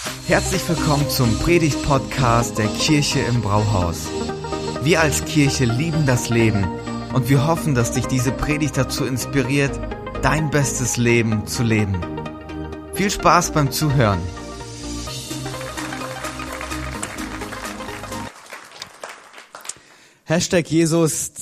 Herzlich willkommen zum Predigt-Podcast der Kirche im Brauhaus. Wir als Kirche lieben das Leben und wir hoffen, dass dich diese Predigt dazu inspiriert, dein bestes Leben zu leben. Viel Spaß beim Zuhören. #Jesus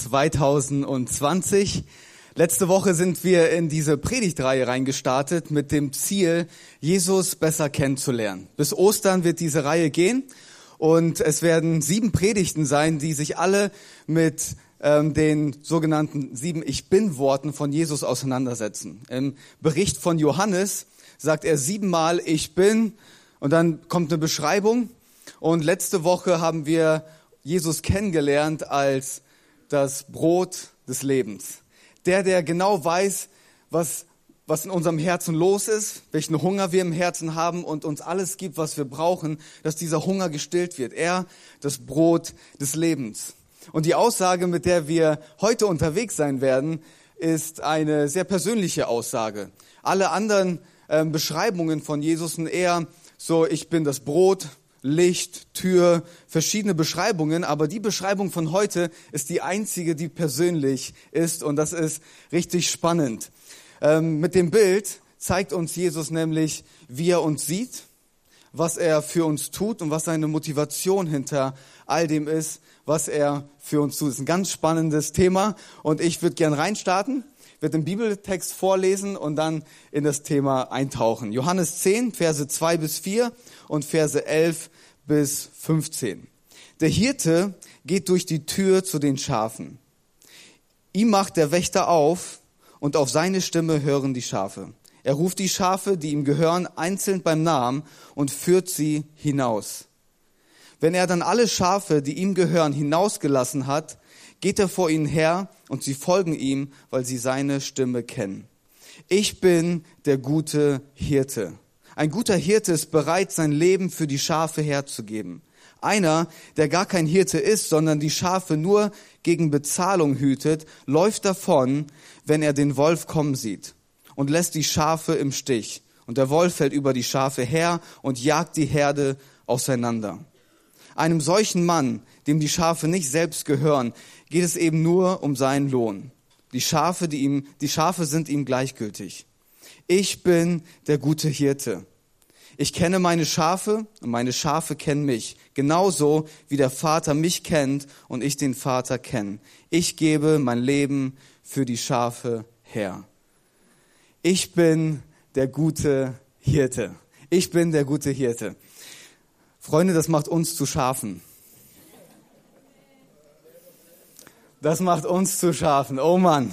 2020. Letzte Woche sind wir in diese Predigtreihe reingestartet mit dem Ziel, Jesus besser kennenzulernen. Bis Ostern wird diese Reihe gehen und es werden 7 Predigten sein, die sich alle mit den sogenannten 7 Ich-Bin-Worten von Jesus auseinandersetzen. Im Bericht von Johannes sagt er 7-mal Ich bin und dann kommt eine Beschreibung. Und letzte Woche haben wir Jesus kennengelernt als das Brot des Lebens. Der genau weiß, was in unserem Herzen los ist, welchen Hunger wir im Herzen haben und uns alles gibt, was wir brauchen, dass dieser Hunger gestillt wird. Er, das Brot des Lebens. Und die Aussage, mit der wir heute unterwegs sein werden, ist eine sehr persönliche Aussage. Alle anderen Beschreibungen von Jesus sind eher so, ich bin das Brot, Licht, Tür, verschiedene Beschreibungen, aber die Beschreibung von heute ist die einzige, die persönlich ist und das ist richtig spannend. Mit dem Bild zeigt uns Jesus nämlich, wie er uns sieht, was er für uns tut und was seine Motivation hinter all dem ist, was er für uns tut. Das ist ein ganz spannendes Thema und ich würde gern reinstarten, werde den Bibeltext vorlesen und dann in das Thema eintauchen. Johannes 10, Verse 2-4 und Verse 11-15. Der Hirte geht durch die Tür zu den Schafen. Ihm macht der Wächter auf und auf seine Stimme hören die Schafe. Er ruft die Schafe, die ihm gehören, einzeln beim Namen und führt sie hinaus. Wenn er dann alle Schafe, die ihm gehören, hinausgelassen hat, geht er vor ihnen her und sie folgen ihm, weil sie seine Stimme kennen. Ich bin der gute Hirte. Ein guter Hirte ist bereit, sein Leben für die Schafe herzugeben. Einer, der gar kein Hirte ist, sondern die Schafe nur gegen Bezahlung hütet, läuft davon, wenn er den Wolf kommen sieht und lässt die Schafe im Stich. Und der Wolf fällt über die Schafe her und jagt die Herde auseinander. Einem solchen Mann, dem die Schafe nicht selbst gehören, geht es eben nur um seinen Lohn. Die Schafe sind ihm gleichgültig. Ich bin der gute Hirte. Ich kenne meine Schafe und meine Schafe kennen mich. Genauso wie der Vater mich kennt und ich den Vater kenne. Ich gebe mein Leben für die Schafe her. Ich bin der gute Hirte. Ich bin der gute Hirte. Freunde, das macht uns zu Schafen. Das macht uns zu Schafen. Oh Mann.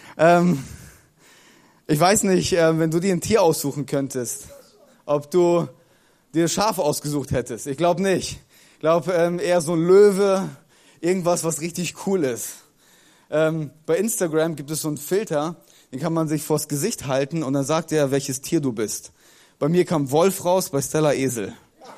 Ich weiß nicht, wenn du dir ein Tier aussuchen könntest, ob du dir Schafe ausgesucht hättest. Ich glaube nicht. Ich glaube eher so ein Löwe, irgendwas, was richtig cool ist. Bei Instagram gibt es so einen Filter, den kann man sich vors Gesicht halten und dann sagt er, welches Tier du bist. Bei mir kam Wolf raus, bei Stella Esel.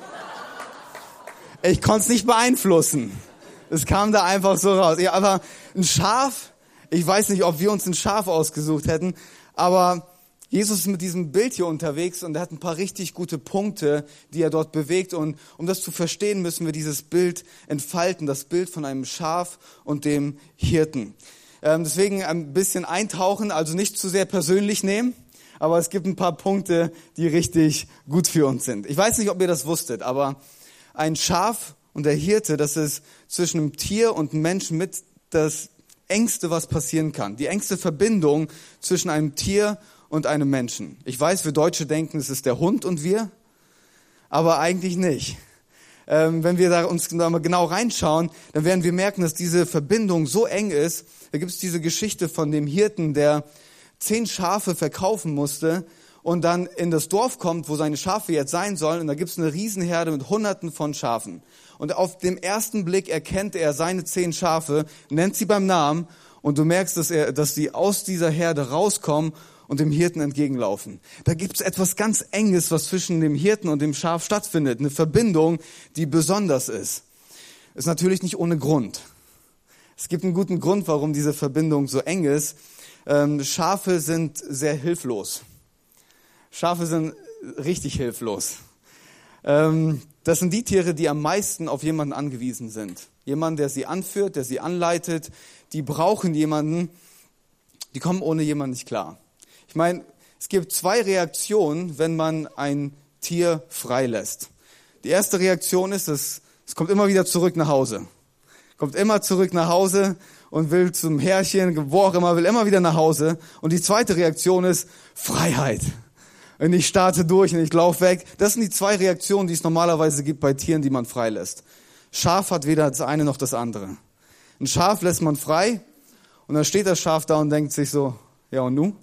Ich konnte es nicht beeinflussen. Es kam da einfach so raus. Ja, aber ein Schaf, ich weiß nicht, ob wir uns ein Schaf ausgesucht hätten, aber Jesus ist mit diesem Bild hier unterwegs und er hat ein paar richtig gute Punkte, die er dort bewegt. Und um das zu verstehen, müssen wir dieses Bild entfalten, das Bild von einem Schaf und dem Hirten. Deswegen ein bisschen eintauchen, also nicht zu sehr persönlich nehmen, aber es gibt ein paar Punkte, die richtig gut für uns sind. Ich weiß nicht, ob ihr das wusstet, aber ein Schaf und der Hirte, das ist zwischen einem Tier und einem Menschen mit das Engste, was passieren kann. Die engste Verbindung zwischen einem Tier und einem Menschen. Ich weiß, wir Deutsche denken, es ist der Hund und wir, aber eigentlich nicht. Wenn wir uns da mal genau reinschauen, dann werden wir merken, dass diese Verbindung so eng ist. Da gibt es diese Geschichte von dem Hirten, der 10 Schafe verkaufen musste und dann in das Dorf kommt, wo seine Schafe jetzt sein sollen. Und da gibt es eine Riesenherde mit Hunderten von Schafen. Und auf dem ersten Blick erkennt er seine 10 Schafe, nennt sie beim Namen und du merkst, dass sie aus dieser Herde rauskommen und dem Hirten entgegenlaufen. Da gibt es etwas ganz Enges, was zwischen dem Hirten und dem Schaf stattfindet. Eine Verbindung, die besonders ist. Ist natürlich nicht ohne Grund. Es gibt einen guten Grund, warum diese Verbindung so eng ist. Schafe sind sehr hilflos. Schafe sind richtig hilflos. Das sind die Tiere, die am meisten auf jemanden angewiesen sind. Jemand, der sie anführt, der sie anleitet. Die brauchen jemanden, die kommen ohne jemanden nicht klar. Ich meine, es gibt 2 Reaktionen, wenn man ein Tier freilässt. Die erste Reaktion ist, es kommt immer wieder zurück nach Hause. Kommt immer zurück nach Hause und will zum Herrchen, wo auch immer, will immer wieder nach Hause. Und die zweite Reaktion ist Freiheit. Und ich starte durch und ich laufe weg. Das sind die 2 Reaktionen, die es normalerweise gibt bei Tieren, die man freilässt. Schaf hat weder das eine noch das andere. Ein Schaf lässt man frei und dann steht das Schaf da und denkt sich so, ja und nun?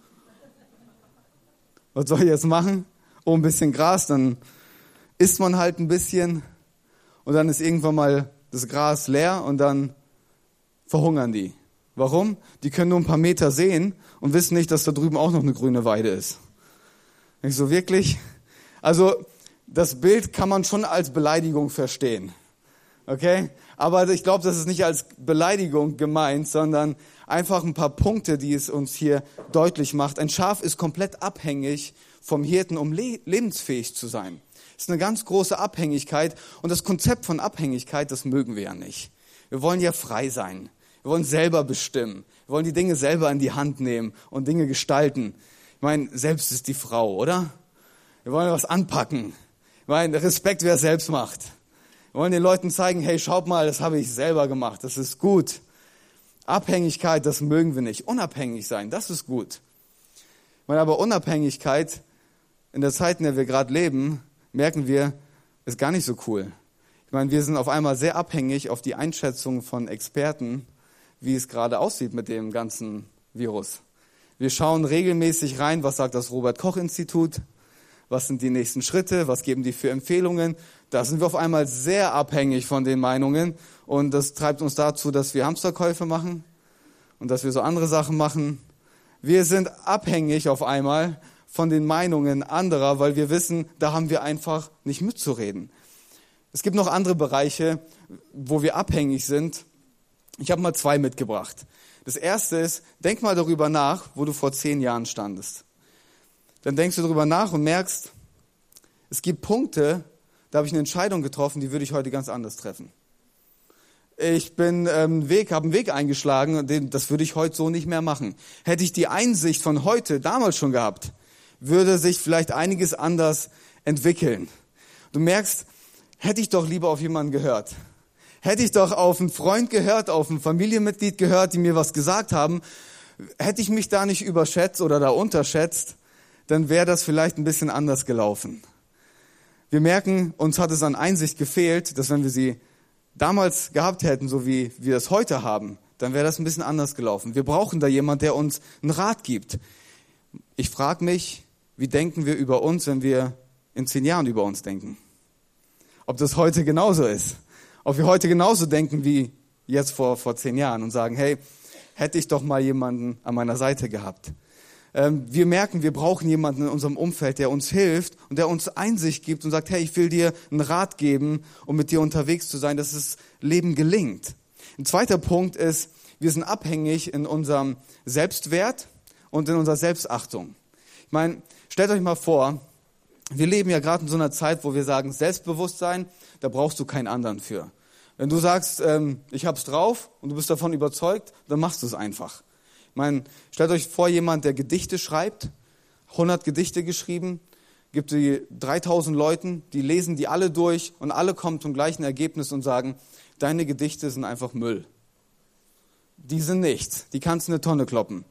Was soll ich jetzt machen? Oh, ein bisschen Gras, dann isst man halt ein bisschen und dann ist irgendwann mal das Gras leer und dann verhungern die. Warum? Die können nur ein paar Meter sehen und wissen nicht, dass da drüben auch noch eine grüne Weide ist. Nicht so wirklich? Also das Bild kann man schon als Beleidigung verstehen. Okay? Aber ich glaube, das ist nicht als Beleidigung gemeint, sondern einfach ein paar Punkte, die es uns hier deutlich macht. Ein Schaf ist komplett abhängig vom Hirten, um lebensfähig zu sein. Das ist eine ganz große Abhängigkeit. Und das Konzept von Abhängigkeit, das mögen wir ja nicht. Wir wollen ja frei sein. Wir wollen selber bestimmen. Wir wollen die Dinge selber in die Hand nehmen und Dinge gestalten. Ich meine, selbst ist die Frau, oder? Wir wollen was anpacken. Ich meine, Respekt, wer es selbst macht. Wir wollen den Leuten zeigen, hey, schaut mal, das habe ich selber gemacht. Das ist gut. Abhängigkeit, das mögen wir nicht. Unabhängig sein, das ist gut. Ich meine, aber Unabhängigkeit, in der Zeit, in der wir gerade leben, merken wir, ist gar nicht so cool. Ich meine, wir sind auf einmal sehr abhängig auf die Einschätzung von Experten, wie es gerade aussieht mit dem ganzen Virus. Wir schauen regelmäßig rein, was sagt das Robert-Koch-Institut, was sind die nächsten Schritte, was geben die für Empfehlungen. Da sind wir auf einmal sehr abhängig von den Meinungen und das treibt uns dazu, dass wir Hamsterkäufe machen und dass wir so andere Sachen machen. Wir sind abhängig auf einmal von den Meinungen anderer, weil wir wissen, da haben wir einfach nicht mitzureden. Es gibt noch andere Bereiche, wo wir abhängig sind. Ich habe mal 2 mitgebracht. Das erste ist, denk mal darüber nach, wo du vor 10 Jahren standest. Dann denkst du darüber nach und merkst, es gibt Punkte, da habe ich eine Entscheidung getroffen, die würde ich heute ganz anders treffen. Ich habe einen Weg eingeschlagen und das würde ich heute so nicht mehr machen. Hätte ich die Einsicht von heute damals schon gehabt, würde sich vielleicht einiges anders entwickeln. Du merkst, hätte ich doch lieber auf jemanden gehört. Hätte ich doch auf einen Freund gehört, auf ein Familienmitglied gehört, die mir was gesagt haben, hätte ich mich da nicht überschätzt oder da unterschätzt, dann wäre das vielleicht ein bisschen anders gelaufen. Wir merken, uns hat es an Einsicht gefehlt, dass wenn wir sie damals gehabt hätten, so wie wir es heute haben, dann wäre das ein bisschen anders gelaufen. Wir brauchen da jemand, der uns einen Rat gibt. Ich frage mich, wie denken wir über uns, wenn wir in 10 Jahren über uns denken? Ob das heute genauso ist? Ob wir heute genauso denken wie jetzt vor 10 Jahren und sagen, hey, hätte ich doch mal jemanden an meiner Seite gehabt. Wir merken, wir brauchen jemanden in unserem Umfeld, der uns hilft und der uns Einsicht gibt und sagt, hey, ich will dir einen Rat geben, um mit dir unterwegs zu sein, dass das Leben gelingt. Ein zweiter Punkt ist, wir sind abhängig in unserem Selbstwert und in unserer Selbstachtung. Ich meine, stellt euch mal vor, wir leben ja gerade in so einer Zeit, wo wir sagen, Selbstbewusstsein, da brauchst du keinen anderen für. Wenn du sagst, ich hab's drauf und du bist davon überzeugt, dann machst du es einfach. Ich meine, stellt euch vor, jemand, der Gedichte schreibt, 100 Gedichte geschrieben, gibt die 3000 Leuten, die lesen die alle durch und alle kommen zum gleichen Ergebnis und sagen, deine Gedichte sind einfach Müll. Die sind nichts, die kannst du in eine Tonne kloppen.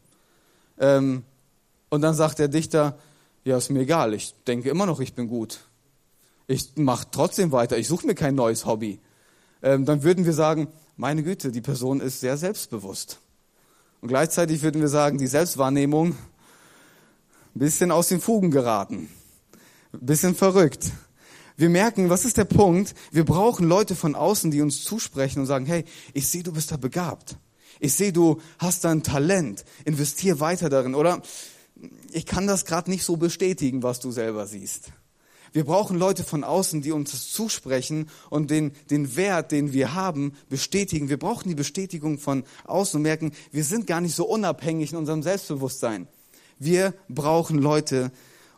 Und dann sagt der Dichter, ja, ist mir egal, ich denke immer noch, ich bin gut. Ich mache trotzdem weiter, ich suche mir kein neues Hobby. Dann würden wir sagen, meine Güte, die Person ist sehr selbstbewusst. Und gleichzeitig würden wir sagen, die Selbstwahrnehmung ein bisschen aus den Fugen geraten, ein bisschen verrückt. Wir merken, was ist der Punkt? Wir brauchen Leute von außen, die uns zusprechen und sagen, hey, ich sehe, du bist da begabt. Ich sehe, du hast da ein Talent. Investier weiter darin. Oder ich kann das gerade nicht so bestätigen, was du selber siehst. Wir brauchen Leute von außen, die uns das zusprechen und den Wert, den wir haben, bestätigen. Wir brauchen die Bestätigung von außen und merken, wir sind gar nicht so unabhängig in unserem Selbstbewusstsein. Wir brauchen Leute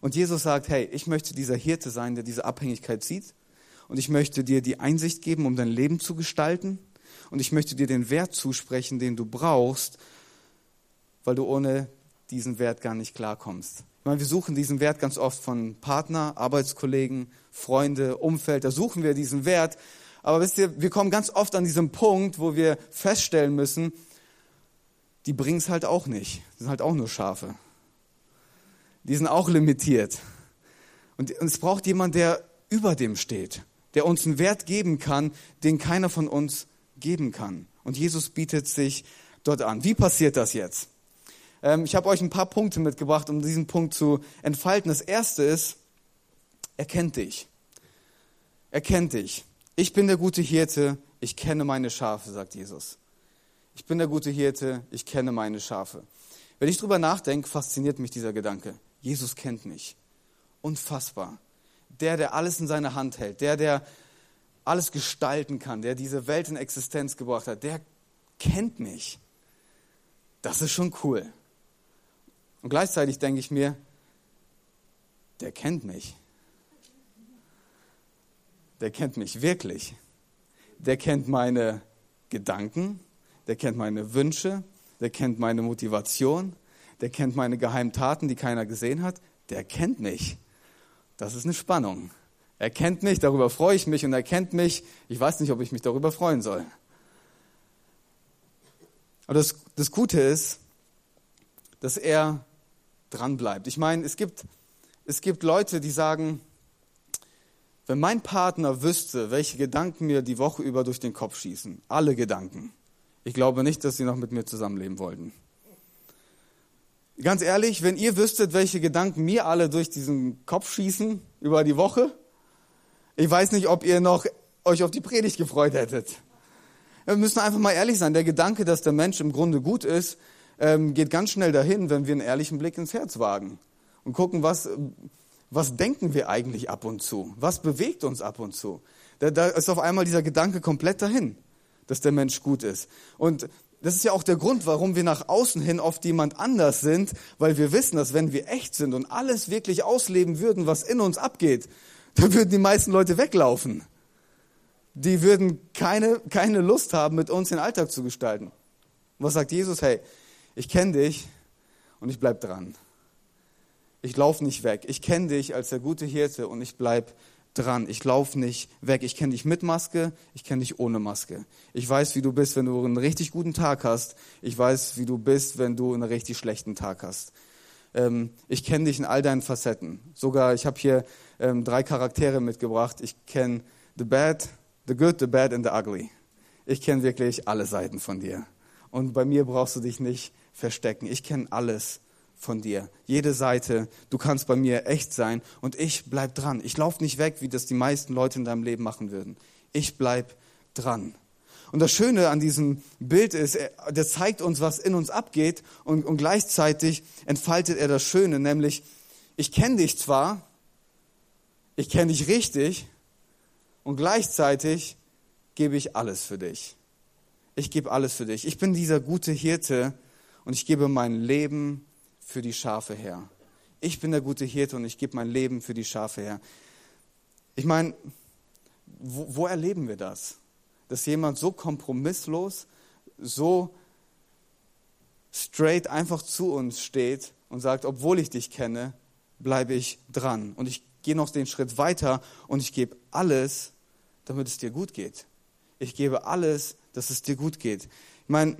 Und Jesus sagt, hey, ich möchte dieser Hirte sein, der diese Abhängigkeit sieht. Und ich möchte dir die Einsicht geben, um dein Leben zu gestalten. Und ich möchte dir den Wert zusprechen, den du brauchst, weil du ohne diesen Wert gar nicht klarkommst. Ich meine, wir suchen diesen Wert ganz oft von Partner, Arbeitskollegen, Freunde, Umfeld. Da suchen wir diesen Wert. Aber wisst ihr, wir kommen ganz oft an diesen Punkt, wo wir feststellen müssen, die bringen es halt auch nicht. Das sind halt auch nur Schafe. Die sind auch limitiert. Und es braucht jemand, der über dem steht, der uns einen Wert geben kann, den keiner von uns geben kann. Und Jesus bietet sich dort an. Wie passiert das jetzt? Ich habe euch ein paar Punkte mitgebracht, um diesen Punkt zu entfalten. Das erste ist, er kennt dich. Er kennt dich. Ich bin der gute Hirte, ich kenne meine Schafe, sagt Jesus. Ich bin der gute Hirte, ich kenne meine Schafe. Wenn ich drüber nachdenke, fasziniert mich dieser Gedanke. Jesus kennt mich. Unfassbar. Der alles in seiner Hand hält, der alles gestalten kann, der diese Welt in Existenz gebracht hat, der kennt mich. Das ist schon cool. Und gleichzeitig denke ich mir, der kennt mich. Der kennt mich wirklich. Der kennt meine Gedanken, der kennt meine Wünsche, der kennt meine Motivation, der kennt meine geheimen Taten, die keiner gesehen hat. Der kennt mich. Das ist eine Spannung. Er kennt mich, darüber freue ich mich, und er kennt mich, ich weiß nicht, ob ich mich darüber freuen soll. Aber das Gute ist, dass er dran bleibt. Ich meine, es gibt Leute, die sagen, wenn mein Partner wüsste, welche Gedanken mir die Woche über durch den Kopf schießen, alle Gedanken, ich glaube nicht, dass sie noch mit mir zusammenleben wollten. Ganz ehrlich, wenn ihr wüsstet, welche Gedanken mir alle durch diesen Kopf schießen über die Woche, ich weiß nicht, ob ihr noch euch auf die Predigt gefreut hättet. Wir müssen einfach mal ehrlich sein. Der Gedanke, dass der Mensch im Grunde gut ist, geht ganz schnell dahin, wenn wir einen ehrlichen Blick ins Herz wagen und gucken, was denken wir eigentlich ab und zu? Was bewegt uns ab und zu? Da ist auf einmal dieser Gedanke komplett dahin, dass der Mensch gut ist. Und das ist ja auch der Grund, warum wir nach außen hin oft jemand anders sind, weil wir wissen, dass wenn wir echt sind und alles wirklich ausleben würden, was in uns abgeht, dann würden die meisten Leute weglaufen. Die würden keine Lust haben, mit uns den Alltag zu gestalten. Und was sagt Jesus? Hey, ich kenne dich und ich bleib dran. Ich laufe nicht weg. Ich kenne dich als der gute Hirte und ich bleib dran. Ich laufe nicht weg. Ich kenne dich mit Maske, ich kenne dich ohne Maske. Ich weiß, wie du bist, wenn du einen richtig guten Tag hast. Ich weiß, wie du bist, wenn du einen richtig schlechten Tag hast. Ich kenne dich in all deinen Facetten. Sogar, ich habe hier 3 Charaktere mitgebracht. Ich kenne the bad, the good, the bad and the ugly. Ich kenne wirklich alle Seiten von dir. Und bei mir brauchst du dich nicht verstecken. Ich kenne alles von dir. Jede Seite. Du kannst bei mir echt sein und ich bleib dran. Ich laufe nicht weg, wie das die meisten Leute in deinem Leben machen würden. Ich bleib dran. Und das Schöne an diesem Bild ist, der zeigt uns, was in uns abgeht, und gleichzeitig entfaltet er das Schöne, nämlich, ich kenne dich zwar, ich kenne dich richtig, und gleichzeitig gebe ich alles für dich. Ich gebe alles für dich. Ich bin dieser gute Hirte und ich gebe mein Leben für die Schafe her. Ich bin der gute Hirte und ich gebe mein Leben für die Schafe her. Ich meine, wo erleben wir das? Dass jemand so kompromisslos, so straight einfach zu uns steht und sagt, obwohl ich dich kenne, bleibe ich dran. Und ich gehe noch den Schritt weiter und ich gebe alles, damit es dir gut geht. Ich gebe alles, dass es dir gut geht. Ich meine,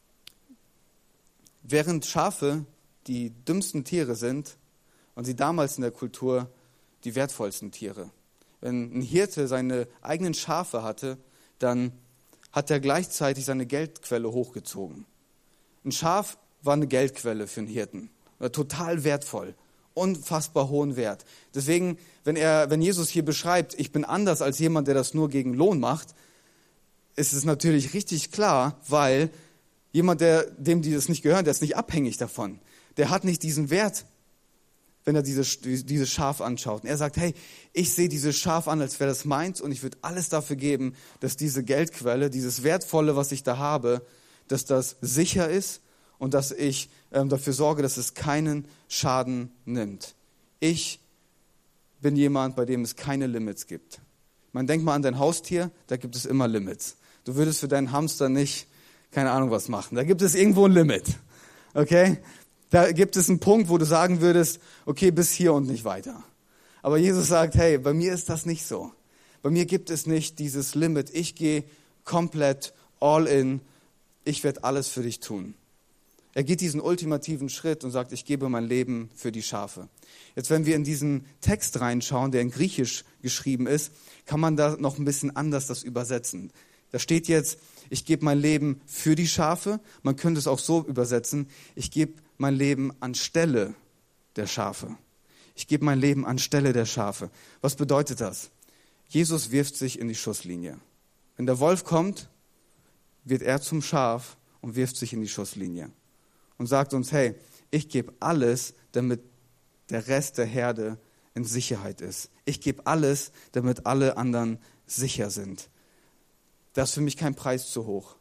während Schafe die dümmsten Tiere sind, waren sie damals in der Kultur die wertvollsten Tiere. Wenn ein Hirte seine eigenen Schafe hatte, dann hat er gleichzeitig seine Geldquelle hochgezogen. Ein Schaf war eine Geldquelle für einen Hirten. War total wertvoll, unfassbar hohen Wert. Deswegen, wenn Jesus hier beschreibt, ich bin anders als jemand, der das nur gegen Lohn macht, ist es natürlich richtig klar, weil jemand, dem die das nicht gehören, der ist nicht abhängig davon. Der hat nicht diesen Wert, wenn er dieses Schaf anschaut. Und er sagt, hey, ich sehe dieses Schaf an, als wäre das meins, und ich würde alles dafür geben, dass diese Geldquelle, dieses Wertvolle, was ich da habe, dass das sicher ist und dass ich dafür sorge, dass es keinen Schaden nimmt. Ich bin jemand, bei dem es keine Limits gibt. Man denkt mal an dein Haustier, da gibt es immer Limits. Du würdest für deinen Hamster nicht, keine Ahnung was machen. Da gibt es irgendwo ein Limit. Okay? Da gibt es einen Punkt, wo du sagen würdest, okay, bis hier und nicht weiter. Aber Jesus sagt, hey, bei mir ist das nicht so. Bei mir gibt es nicht dieses Limit. Ich gehe komplett all in. Ich werde alles für dich tun. Er geht diesen ultimativen Schritt und sagt, ich gebe mein Leben für die Schafe. Jetzt, wenn wir in diesen Text reinschauen, der in Griechisch geschrieben ist, kann man da noch ein bisschen anders das übersetzen. Da steht jetzt, ich gebe mein Leben für die Schafe. Man könnte es auch so übersetzen, ich gebe mein Leben anstelle der Schafe. Ich gebe mein Leben anstelle der Schafe. Was bedeutet das? Jesus wirft sich in die Schusslinie. Wenn der Wolf kommt, wird er zum Schaf und wirft sich in die Schusslinie. Und sagt uns, hey, ich gebe alles, damit der Rest der Herde in Sicherheit ist. Ich gebe alles, damit alle anderen sicher sind. Das ist für mich kein Preis zu hoch.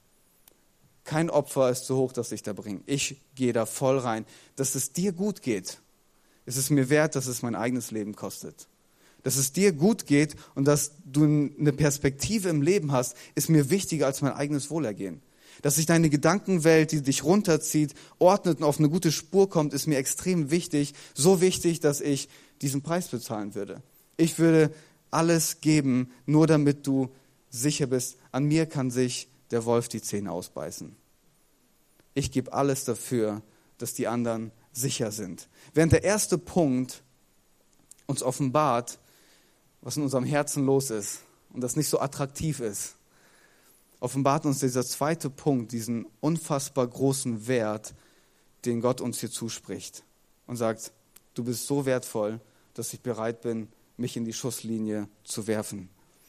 Kein Opfer ist zu hoch, das ich da bringe. Ich gehe da voll rein. Dass es dir gut geht, ist es mir wert, dass es mein eigenes Leben kostet. Dass es dir gut geht und dass du eine Perspektive im Leben hast, ist mir wichtiger als mein eigenes Wohlergehen. Dass sich deine Gedankenwelt, die dich runterzieht, ordnet und auf eine gute Spur kommt, ist mir extrem wichtig. So wichtig, dass ich diesen Preis bezahlen würde. Ich würde alles geben, nur damit du sicher bist, an mir kann sich der Wolf die Zähne ausbeißen. Ich gebe alles dafür, dass die anderen sicher sind. Während der erste Punkt uns offenbart, was in unserem Herzen los ist und das nicht so attraktiv ist, offenbart uns dieser zweite Punkt, diesen unfassbar großen Wert, den Gott uns hier zuspricht und sagt, du bist so wertvoll, dass ich bereit bin, mich in die Schusslinie zu werfen.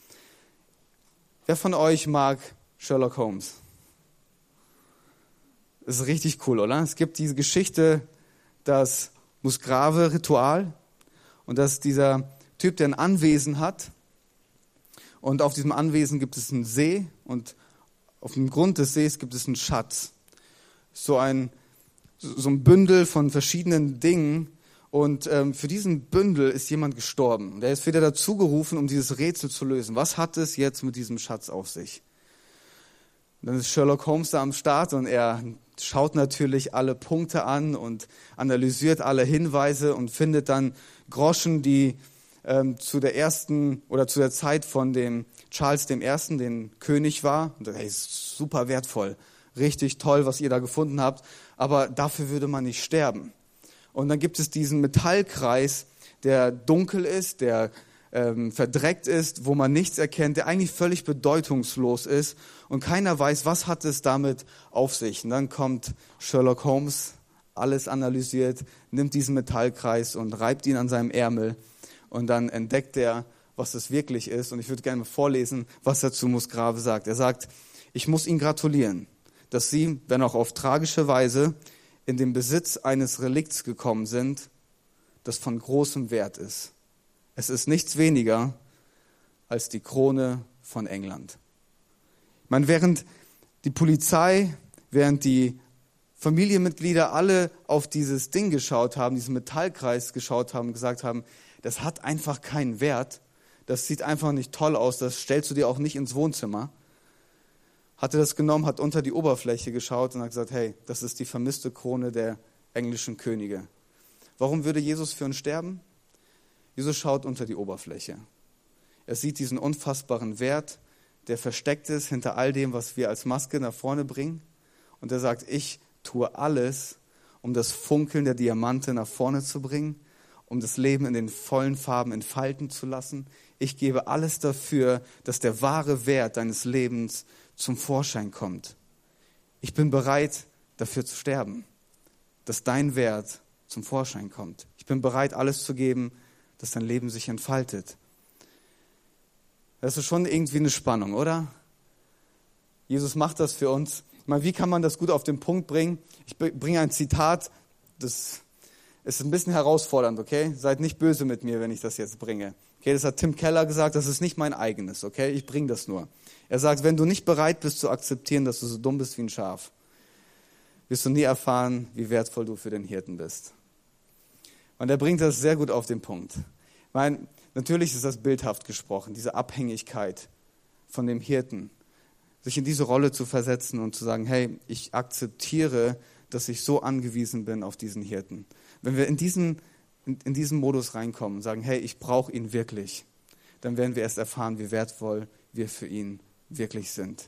Wer von euch mag Sherlock Holmes? Das ist richtig cool, oder? Es gibt diese Geschichte, das Musgrave-Ritual und dass dieser Typ, der ein Anwesen hat und auf diesem Anwesen gibt es einen See und auf dem Grund des Sees gibt es einen Schatz. So ein Bündel von verschiedenen Dingen. Und für diesen Bündel ist jemand gestorben. Der ist wieder dazu gerufen, um dieses Rätsel zu lösen. Was hat es jetzt mit diesem Schatz auf sich? Und dann ist Sherlock Holmes da am Start und er schaut natürlich alle Punkte an und analysiert alle Hinweise und findet dann Groschen, die zu der ersten oder zu der Zeit von dem Charles I., den König war. Und hey, ist super wertvoll, richtig toll, was ihr da gefunden habt, aber dafür würde man nicht sterben. Und dann gibt es diesen Metallkreis, der dunkel ist, der verdreckt ist, wo man nichts erkennt, der eigentlich völlig bedeutungslos ist und keiner weiß, was hat es damit auf sich. Und dann kommt Sherlock Holmes, alles analysiert, nimmt diesen Metallkreis und reibt ihn an seinem Ärmel und dann entdeckt er, was es wirklich ist. Und ich würde gerne mal vorlesen, was er zu Musgrave sagt. Er sagt, ich muss Ihnen gratulieren, dass Sie, wenn auch auf tragische Weise, in den Besitz eines Relikts gekommen sind, das von großem Wert ist. Es ist nichts weniger als die Krone von England. Ich meine, während die Polizei, während die Familienmitglieder alle auf dieses Ding geschaut haben, diesen Metallkreis geschaut haben, gesagt haben, das hat einfach keinen Wert, das sieht einfach nicht toll aus, das stellst du dir auch nicht ins Wohnzimmer, hat er das genommen, hat unter die Oberfläche geschaut und hat gesagt, hey, das ist die vermisste Krone der englischen Könige. Warum würde Jesus für uns sterben? Jesus schaut unter die Oberfläche. Er sieht diesen unfassbaren Wert, der versteckt ist hinter all dem, was wir als Maske nach vorne bringen. Und er sagt, ich tue alles, um das Funkeln der Diamante nach vorne zu bringen, um das Leben in den vollen Farben entfalten zu lassen. Ich gebe alles dafür, dass der wahre Wert deines Lebens zum Vorschein kommt. Ich bin bereit, dafür zu sterben, dass dein Wert zum Vorschein kommt. Ich bin bereit, alles zu geben, dass dein Leben sich entfaltet. Das ist schon irgendwie eine Spannung, oder? Jesus macht das für uns. Ich meine, wie kann man das gut auf den Punkt bringen? Ich bringe ein Zitat, das ist ein bisschen herausfordernd, okay? Seid nicht böse mit mir, wenn ich das jetzt bringe. Okay, das hat Tim Keller gesagt, das ist nicht mein eigenes, okay? Ich bringe das nur. Er sagt, wenn du nicht bereit bist zu akzeptieren, dass du so dumm bist wie ein Schaf, wirst du nie erfahren, wie wertvoll du für den Hirten bist. Und er bringt das sehr gut auf den Punkt. Ich meine, natürlich ist das bildhaft gesprochen, diese Abhängigkeit von dem Hirten, sich in diese Rolle zu versetzen und zu sagen, hey, ich akzeptiere, dass ich so angewiesen bin auf diesen Hirten. Wenn wir in diesen Modus reinkommen und sagen, hey, ich brauche ihn wirklich, dann werden wir erst erfahren, wie wertvoll wir für ihn wirklich sind.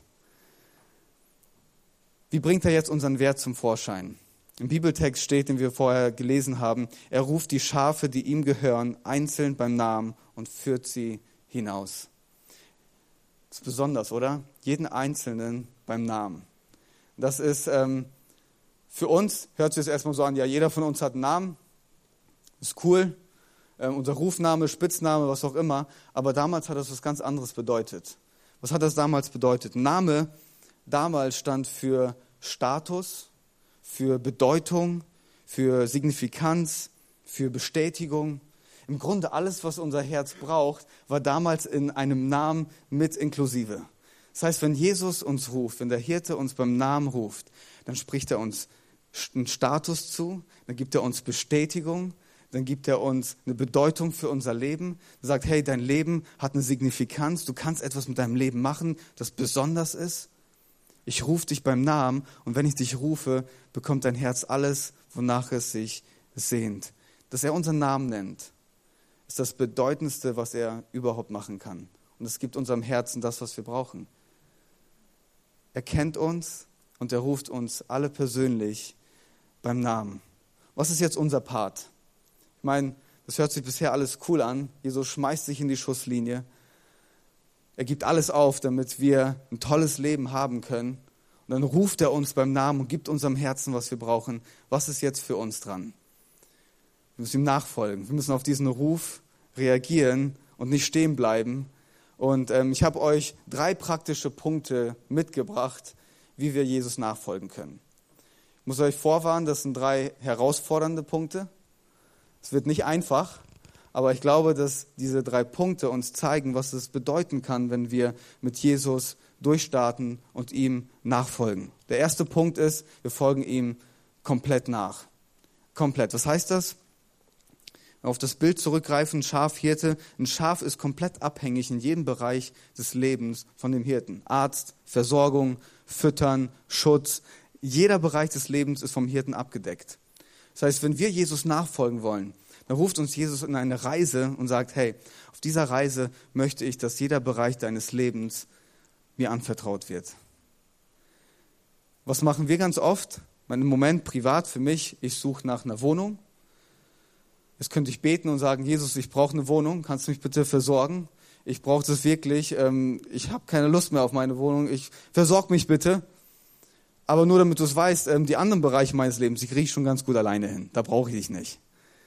Wie bringt er jetzt unseren Wert zum Vorschein? Im Bibeltext steht, den wir vorher gelesen haben, er ruft die Schafe, die ihm gehören, einzeln beim Namen und führt sie hinaus. Das ist besonders, oder? Jeden Einzelnen beim Namen. Das ist für uns, hört sich das erstmal so an, ja, jeder von uns hat einen Namen, ist cool, unser Rufname, Spitzname, was auch immer, aber damals hat das was ganz anderes bedeutet. Was hat das damals bedeutet? Name damals stand für Status, für Bedeutung, für Signifikanz, für Bestätigung. Im Grunde alles, was unser Herz braucht, war damals in einem Namen mit inklusive. Das heißt, wenn Jesus uns ruft, wenn der Hirte uns beim Namen ruft, dann spricht er uns einen Status zu, dann gibt er uns Bestätigung, dann gibt er uns eine Bedeutung für unser Leben. Er sagt, hey, dein Leben hat eine Signifikanz, du kannst etwas mit deinem Leben machen, das besonders ist. Ich rufe dich beim Namen und wenn ich dich rufe, bekommt dein Herz alles, wonach es sich sehnt. Dass er unseren Namen nennt, ist das Bedeutendste, was er überhaupt machen kann. Und es gibt unserem Herzen das, was wir brauchen. Er kennt uns und er ruft uns alle persönlich beim Namen. Was ist jetzt unser Part? Ich meine, das hört sich bisher alles cool an. Jesus schmeißt sich in die Schusslinie. Er gibt alles auf, damit wir ein tolles Leben haben können. Und dann ruft er uns beim Namen und gibt unserem Herzen, was wir brauchen. Was ist jetzt für uns dran? Wir müssen ihm nachfolgen. Wir müssen auf diesen Ruf reagieren und nicht stehen bleiben. Und ich habe euch 3 praktische Punkte mitgebracht, wie wir Jesus nachfolgen können. Ich muss euch vorwarnen, das sind 3 herausfordernde Punkte. Es wird nicht einfach, aber ich glaube, dass diese 3 Punkte uns zeigen, was es bedeuten kann, wenn wir mit Jesus durchstarten und ihm nachfolgen. Der erste Punkt ist, wir folgen ihm komplett nach. Komplett. Was heißt das? Auf das Bild zurückgreifen, Schafhirte. Ein Schaf ist komplett abhängig in jedem Bereich des Lebens von dem Hirten. Arzt, Versorgung, Füttern, Schutz. Jeder Bereich des Lebens ist vom Hirten abgedeckt. Das heißt, wenn wir Jesus nachfolgen wollen, dann ruft uns Jesus in eine Reise und sagt, hey, auf dieser Reise möchte ich, dass jeder Bereich deines Lebens mir anvertraut wird. Was machen wir ganz oft? Im Moment privat für mich, ich suche nach einer Wohnung. Jetzt könnte ich beten und sagen, Jesus, ich brauche eine Wohnung, kannst du mich bitte versorgen? Ich brauche das wirklich, ich habe keine Lust mehr auf meine Wohnung, versorg mich bitte. Aber nur damit du es weißt, die anderen Bereiche meines Lebens, die kriege ich schon ganz gut alleine hin, da brauche ich dich nicht.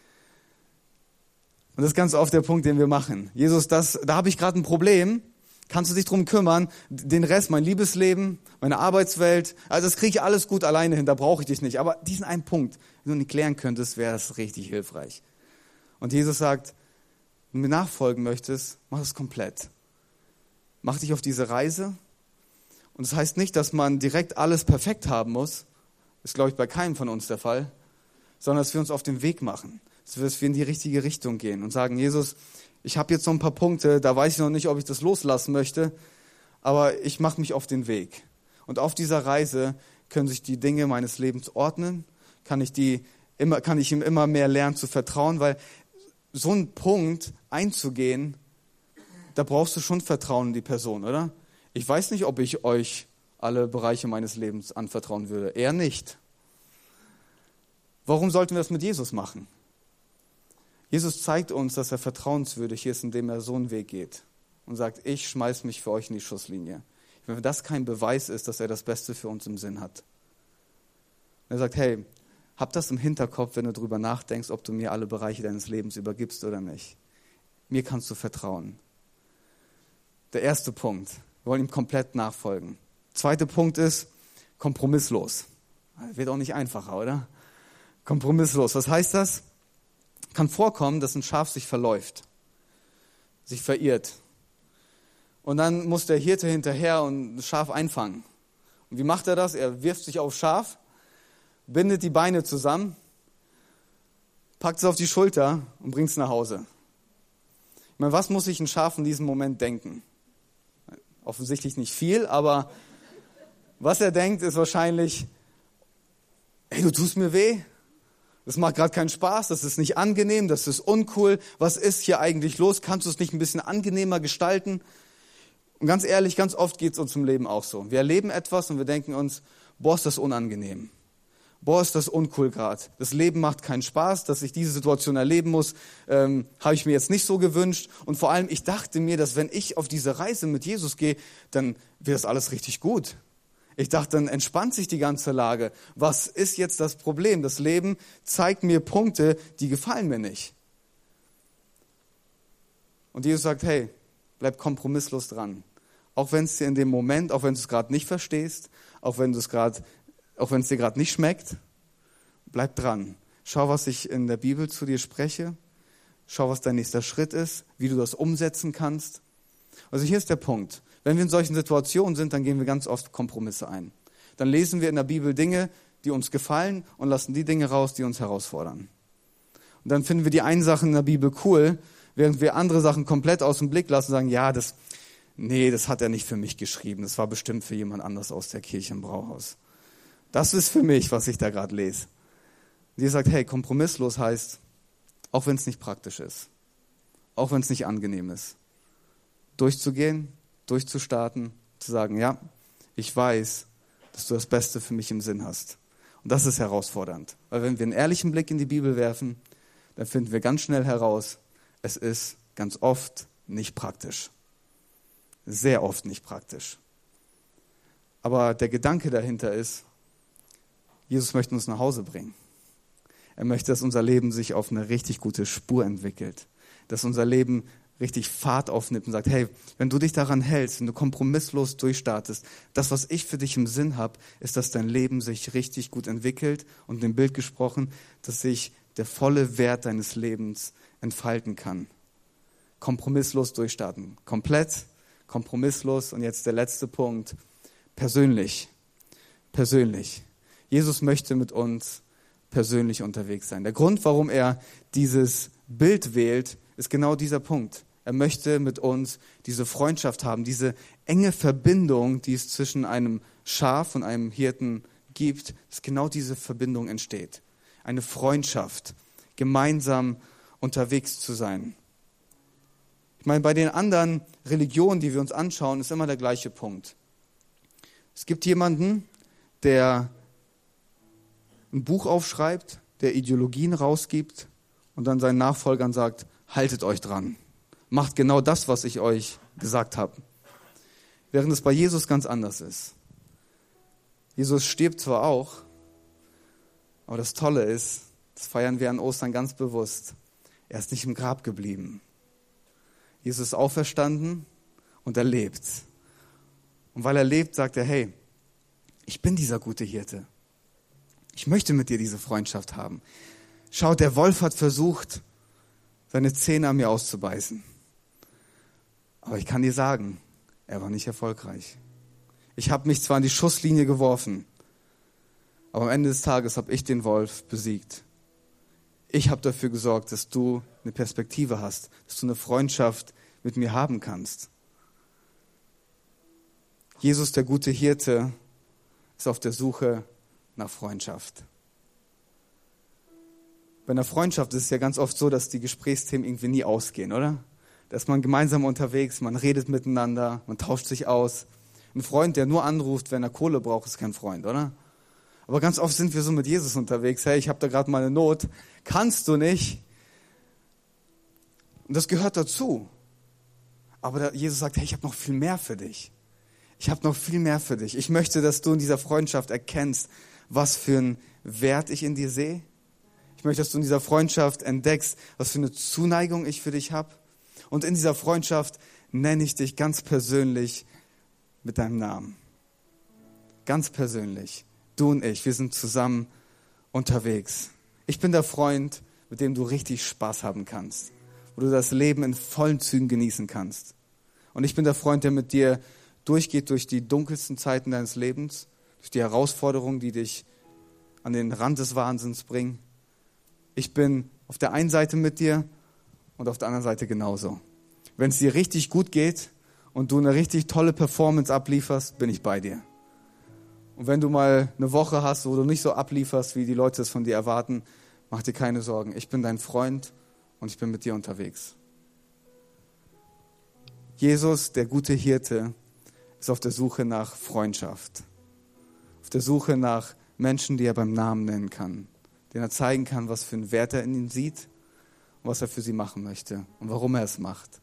Und das ist ganz oft der Punkt, den wir machen. Jesus, da habe ich gerade ein Problem, kannst du dich drum kümmern, den Rest, mein Liebesleben, meine Arbeitswelt, also das kriege ich alles gut alleine hin, da brauche ich dich nicht. Aber diesen einen Punkt, wenn du nicht klären könntest, wäre das richtig hilfreich. Und Jesus sagt, wenn du mir nachfolgen möchtest, mach es komplett. Mach dich auf diese Reise. Und das heißt nicht, dass man direkt alles perfekt haben muss. Ist, glaube ich, bei keinem von uns der Fall. Sondern dass wir uns auf den Weg machen. Dass wir in die richtige Richtung gehen und sagen, Jesus, ich habe jetzt noch ein paar Punkte, da weiß ich noch nicht, ob ich das loslassen möchte, aber ich mache mich auf den Weg. Und auf dieser Reise können sich die Dinge meines Lebens ordnen, kann ich ihm immer mehr lernen zu vertrauen, weil so einen Punkt einzugehen, da brauchst du schon Vertrauen in die Person, oder? Ich weiß nicht, ob ich euch alle Bereiche meines Lebens anvertrauen würde. Eher nicht. Warum sollten wir das mit Jesus machen? Jesus zeigt uns, dass er vertrauenswürdig ist, indem er so einen Weg geht und sagt, ich schmeiß mich für euch in die Schusslinie. Wenn das kein Beweis ist, dass er das Beste für uns im Sinn hat. Er sagt, hey, hab das im Hinterkopf, wenn du darüber nachdenkst, ob du mir alle Bereiche deines Lebens übergibst oder nicht. Mir kannst du vertrauen. Der erste Punkt, wir wollen ihm komplett nachfolgen. Zweiter Punkt ist kompromisslos. Wird auch nicht einfacher, oder? Kompromisslos, was heißt das? Kann vorkommen, dass ein Schaf sich verläuft, sich verirrt. Und dann muss der Hirte hinterher und das Schaf einfangen. Und wie macht er das? Er wirft sich aufs Schaf, bindet die Beine zusammen, packt es auf die Schulter und bringt es nach Hause. Ich meine, was muss sich ein Schaf in diesem Moment denken? Offensichtlich nicht viel, aber was er denkt, ist wahrscheinlich, hey, du tust mir weh. Das macht gerade keinen Spaß, das ist nicht angenehm, das ist uncool. Was ist hier eigentlich los? Kannst du es nicht ein bisschen angenehmer gestalten? Und ganz ehrlich, ganz oft geht es uns im Leben auch so. Wir erleben etwas und wir denken uns, boah, ist das unangenehm. Boah, ist das uncool gerade. Das Leben macht keinen Spaß, dass ich diese Situation erleben muss, habe ich mir jetzt nicht so gewünscht. Und vor allem, ich dachte mir, dass wenn ich auf diese Reise mit Jesus gehe, dann wird das alles richtig gut. Ich dachte, dann entspannt sich die ganze Lage. Was ist jetzt das Problem? Das Leben zeigt mir Punkte, die gefallen mir nicht. Und Jesus sagt, hey, bleib kompromisslos dran. Auch wenn es dir in dem Moment, auch wenn du es gerade nicht verstehst, auch wenn es dir gerade nicht schmeckt, bleib dran. Schau, was ich in der Bibel zu dir spreche. Schau, was dein nächster Schritt ist, wie du das umsetzen kannst. Also hier ist der Punkt. Wenn wir in solchen Situationen sind, dann gehen wir ganz oft Kompromisse ein. Dann lesen wir in der Bibel Dinge, die uns gefallen und lassen die Dinge raus, die uns herausfordern. Und dann finden wir die einen Sachen in der Bibel cool, während wir andere Sachen komplett aus dem Blick lassen und sagen, ja, das hat er nicht für mich geschrieben. Das war bestimmt für jemand anders aus der Kirche im Brauhaus. Das ist für mich, was ich da gerade lese. Und ihr sagt, hey, kompromisslos heißt, auch wenn es nicht praktisch ist, auch wenn es nicht angenehm ist, durchzugehen, durchzustarten, zu sagen, ja, ich weiß, dass du das Beste für mich im Sinn hast. Und das ist herausfordernd. Weil wenn wir einen ehrlichen Blick in die Bibel werfen, dann finden wir ganz schnell heraus, es ist ganz oft nicht praktisch. Sehr oft nicht praktisch. Aber der Gedanke dahinter ist, Jesus möchte uns nach Hause bringen. Er möchte, dass unser Leben sich auf eine richtig gute Spur entwickelt. Dass unser Leben richtig Fahrt aufnimmt und sagt, hey, wenn du dich daran hältst, wenn du kompromisslos durchstartest, das, was ich für dich im Sinn habe, ist, dass dein Leben sich richtig gut entwickelt und im Bild gesprochen, dass sich der volle Wert deines Lebens entfalten kann. Kompromisslos durchstarten. Komplett, kompromisslos. Und jetzt der letzte Punkt. Persönlich. Persönlich. Jesus möchte mit uns persönlich unterwegs sein. Der Grund, warum er dieses Bild wählt, ist genau dieser Punkt. Er möchte mit uns diese Freundschaft haben, diese enge Verbindung, die es zwischen einem Schaf und einem Hirten gibt, dass genau diese Verbindung entsteht. Eine Freundschaft, gemeinsam unterwegs zu sein. Ich meine, bei den anderen Religionen, die wir uns anschauen, ist immer der gleiche Punkt. Es gibt jemanden, der ein Buch aufschreibt, der Ideologien rausgibt und dann seinen Nachfolgern sagt, haltet euch dran. Macht genau das, was ich euch gesagt habe. Während es bei Jesus ganz anders ist. Jesus stirbt zwar auch, aber das Tolle ist, das feiern wir an Ostern ganz bewusst, er ist nicht im Grab geblieben. Jesus ist auferstanden und er lebt. Und weil er lebt, sagt er, hey, ich bin dieser gute Hirte. Ich möchte mit dir diese Freundschaft haben. Schau, der Wolf hat versucht, seine Zähne an mir auszubeißen. Aber ich kann dir sagen, er war nicht erfolgreich. Ich habe mich zwar an die Schusslinie geworfen, aber am Ende des Tages habe ich den Wolf besiegt. Ich habe dafür gesorgt, dass du eine Perspektive hast, dass du eine Freundschaft mit mir haben kannst. Jesus, der gute Hirte, ist auf der Suche nach Freundschaft. Bei einer Freundschaft ist es ja ganz oft so, dass die Gesprächsthemen irgendwie nie ausgehen, oder? Da ist man gemeinsam unterwegs, man redet miteinander, man tauscht sich aus. Ein Freund, der nur anruft, wenn er Kohle braucht, ist kein Freund, oder? Aber ganz oft sind wir so mit Jesus unterwegs. Hey, ich habe da gerade mal eine Not. Kannst du nicht? Und das gehört dazu. Aber Jesus sagt, hey, ich habe noch viel mehr für dich. Ich habe noch viel mehr für dich. Ich möchte, dass du in dieser Freundschaft erkennst, was für einen Wert ich in dir sehe. Ich möchte, dass du in dieser Freundschaft entdeckst, was für eine Zuneigung ich für dich habe. Und in dieser Freundschaft nenne ich dich ganz persönlich mit deinem Namen. Ganz persönlich. Du und ich, wir sind zusammen unterwegs. Ich bin der Freund, mit dem du richtig Spaß haben kannst. Wo du das Leben in vollen Zügen genießen kannst. Und ich bin der Freund, der mit dir durchgeht durch die dunkelsten Zeiten deines Lebens, durch die Herausforderungen, die dich an den Rand des Wahnsinns bringen. Ich bin Auf der einen Seite mit dir und auf der anderen Seite genauso. Wenn es dir richtig gut geht und du eine richtig tolle Performance ablieferst, bin ich bei dir. Und wenn du mal eine Woche hast, wo du nicht so ablieferst, wie die Leute es von dir erwarten, mach dir keine Sorgen. Ich bin dein Freund und ich bin mit dir unterwegs. Jesus, der gute Hirte, ist auf der Suche nach Freundschaft. Auf der Suche nach Menschen, die er beim Namen nennen kann. Denen er zeigen kann, was für einen Wert er in ihnen sieht und was er für sie machen möchte und warum er es macht.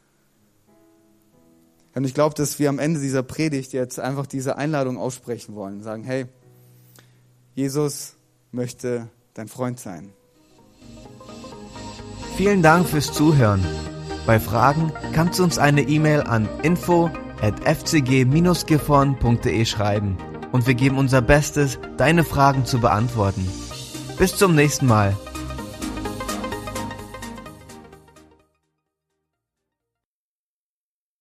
Und ich glaube, dass wir am Ende dieser Predigt jetzt einfach diese Einladung aussprechen wollen. Sagen, hey, Jesus möchte dein Freund sein. Vielen Dank fürs Zuhören. Bei Fragen kannst du uns eine E-Mail an info@fcg-gifhorn.de schreiben und wir geben unser Bestes, deine Fragen zu beantworten. Bis zum nächsten Mal.